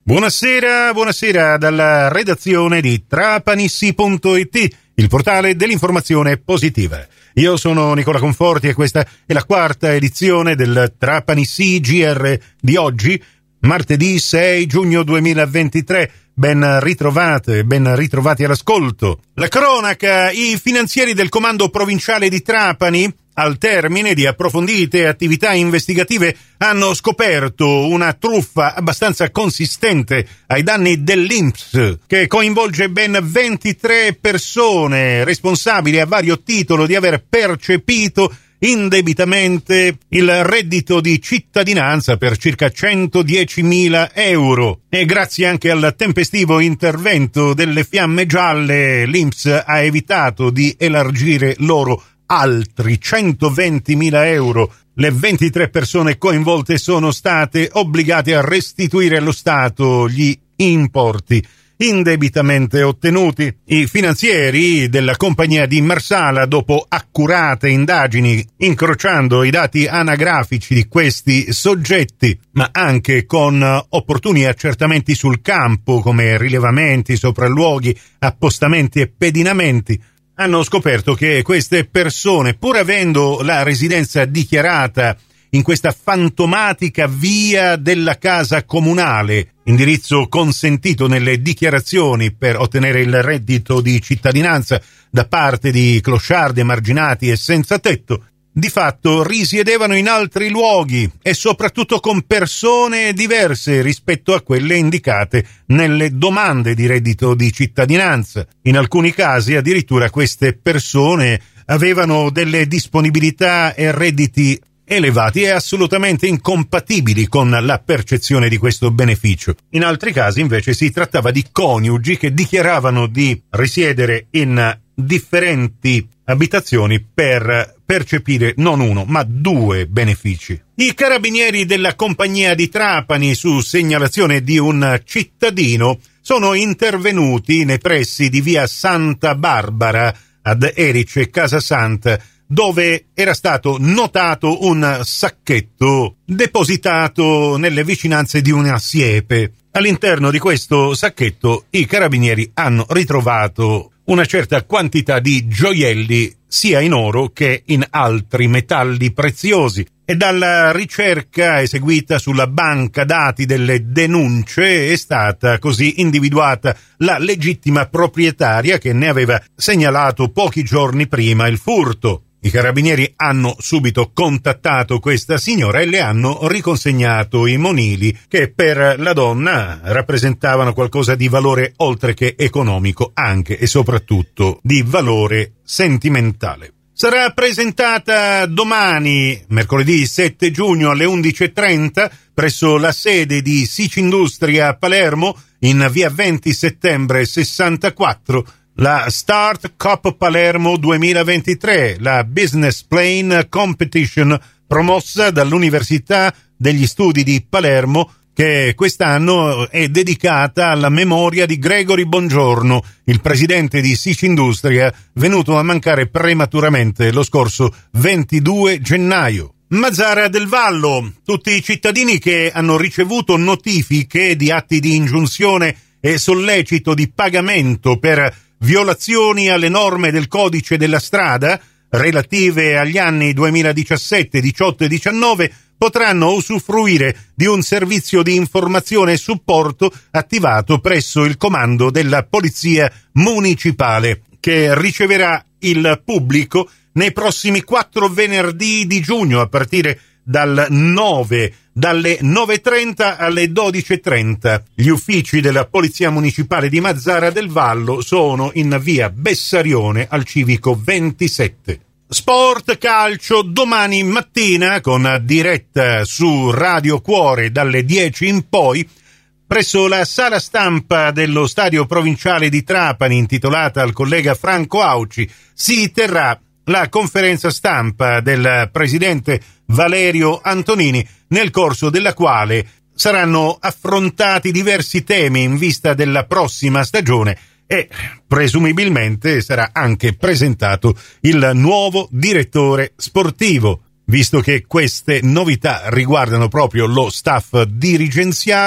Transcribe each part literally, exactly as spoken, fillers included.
Buonasera, buonasera dalla redazione di Trapanissi punto it, il portale dell'informazione positiva. Io sono Nicola Conforti e questa è la quarta edizione del Trapanissi G R di oggi, martedì sei giugno duemilaventitré. Ben ritrovate, ben ritrovati all'ascolto. La cronaca: i finanzieri del comando provinciale di Trapani, al termine di approfondite attività investigative, hanno scoperto una truffa abbastanza consistente ai danni dell'I N P S, che coinvolge ben ventitré persone responsabili a vario titolo di aver percepito indebitamente il reddito di cittadinanza per circa centodiecimila euro. E grazie anche al tempestivo intervento delle Fiamme Gialle, l'I N P S ha evitato di elargire loro altri centoventimila euro. Le ventitré persone coinvolte sono state obbligate a restituire allo Stato gli importi indebitamente ottenuti. I finanzieri della compagnia di Marsala, dopo accurate indagini, incrociando i dati anagrafici di questi soggetti, ma anche con opportuni accertamenti sul campo come rilevamenti, sopralluoghi, appostamenti e pedinamenti, hanno scoperto che queste persone, pur avendo la residenza dichiarata in questa fantomatica via della casa comunale, indirizzo consentito nelle dichiarazioni per ottenere il reddito di cittadinanza da parte di clochardi, emarginati e senza tetto, di fatto risiedevano in altri luoghi e soprattutto con persone diverse rispetto a quelle indicate nelle domande di reddito di cittadinanza. In alcuni casi addirittura queste persone avevano delle disponibilità e redditi elevati e assolutamente incompatibili con la percezione di questo beneficio. In altri casi invece si trattava di coniugi che dichiaravano di risiedere in differenti abitazioni per percepire non uno ma due benefici. I carabinieri della compagnia di Trapani, su segnalazione di un cittadino, sono intervenuti nei pressi di via Santa Barbara ad Erice Casasanta, dove era stato notato un sacchetto depositato nelle vicinanze di una siepe. All'interno di questo sacchetto i carabinieri hanno ritrovato una certa quantità di gioielli sia in oro che in altri metalli preziosi, e dalla ricerca eseguita sulla banca dati delle denunce è stata così individuata la legittima proprietaria che ne aveva segnalato pochi giorni prima il furto. I carabinieri hanno subito contattato questa signora e le hanno riconsegnato i monili, che per la donna rappresentavano qualcosa di valore oltre che economico, anche e soprattutto di valore sentimentale. Sarà presentata domani, mercoledì sette giugno alle undici e trenta, presso la sede di Sicindustria a Palermo, in via venti settembre sessantaquattro, la Start Cup Palermo duemilaventitré, la Business Plane Competition promossa dall'Università degli Studi di Palermo, che quest'anno è dedicata alla memoria di Gregory Bongiorno, il presidente di Sicindustria, venuto a mancare prematuramente lo scorso ventidue gennaio. Mazzara del Vallo: tutti i cittadini che hanno ricevuto notifiche di atti di ingiunzione e sollecito di pagamento per violazioni alle norme del codice della strada relative agli anni duemiladiciassette, diciotto e diciannove potranno usufruire di un servizio di informazione e supporto attivato presso il comando della Polizia Municipale, che riceverà il pubblico nei prossimi quattro venerdì di giugno a partire dal nove, dalle nove e trenta alle dodici e trenta. Gli uffici della Polizia Municipale di Mazzara del Vallo sono in via Bessarione al Civico ventisette. Sport calcio domani mattina con diretta su Radio Cuore dalle dieci in poi, presso la sala stampa dello Stadio Provinciale di Trapani, intitolata al collega Franco Auci, si terrà la conferenza stampa del presidente Valerio Antonini, nel corso della quale saranno affrontati diversi temi in vista della prossima stagione e presumibilmente sarà anche presentato il nuovo direttore sportivo, visto che queste novità riguardano proprio lo staff dirigenziale.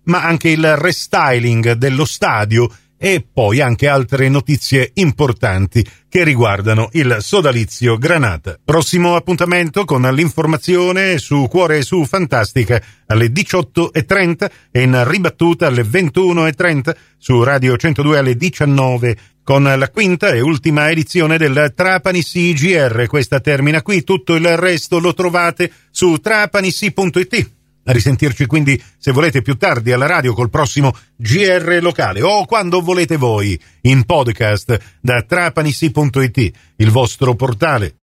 ma anche il restyling dello stadio e poi anche altre notizie importanti che riguardano il sodalizio Granata. Prossimo appuntamento con l'informazione su Cuore e su Fantastica alle diciotto e trenta e in ribattuta alle ventuno e trenta su Radio centodue alle diciannove con la quinta e ultima edizione del Trapani C G R. Questa termina qui, tutto il resto lo trovate su trapanissi punto it. A risentirci quindi se volete più tardi alla radio col prossimo G R locale o quando volete voi in podcast da trapanissi punto it, il vostro portale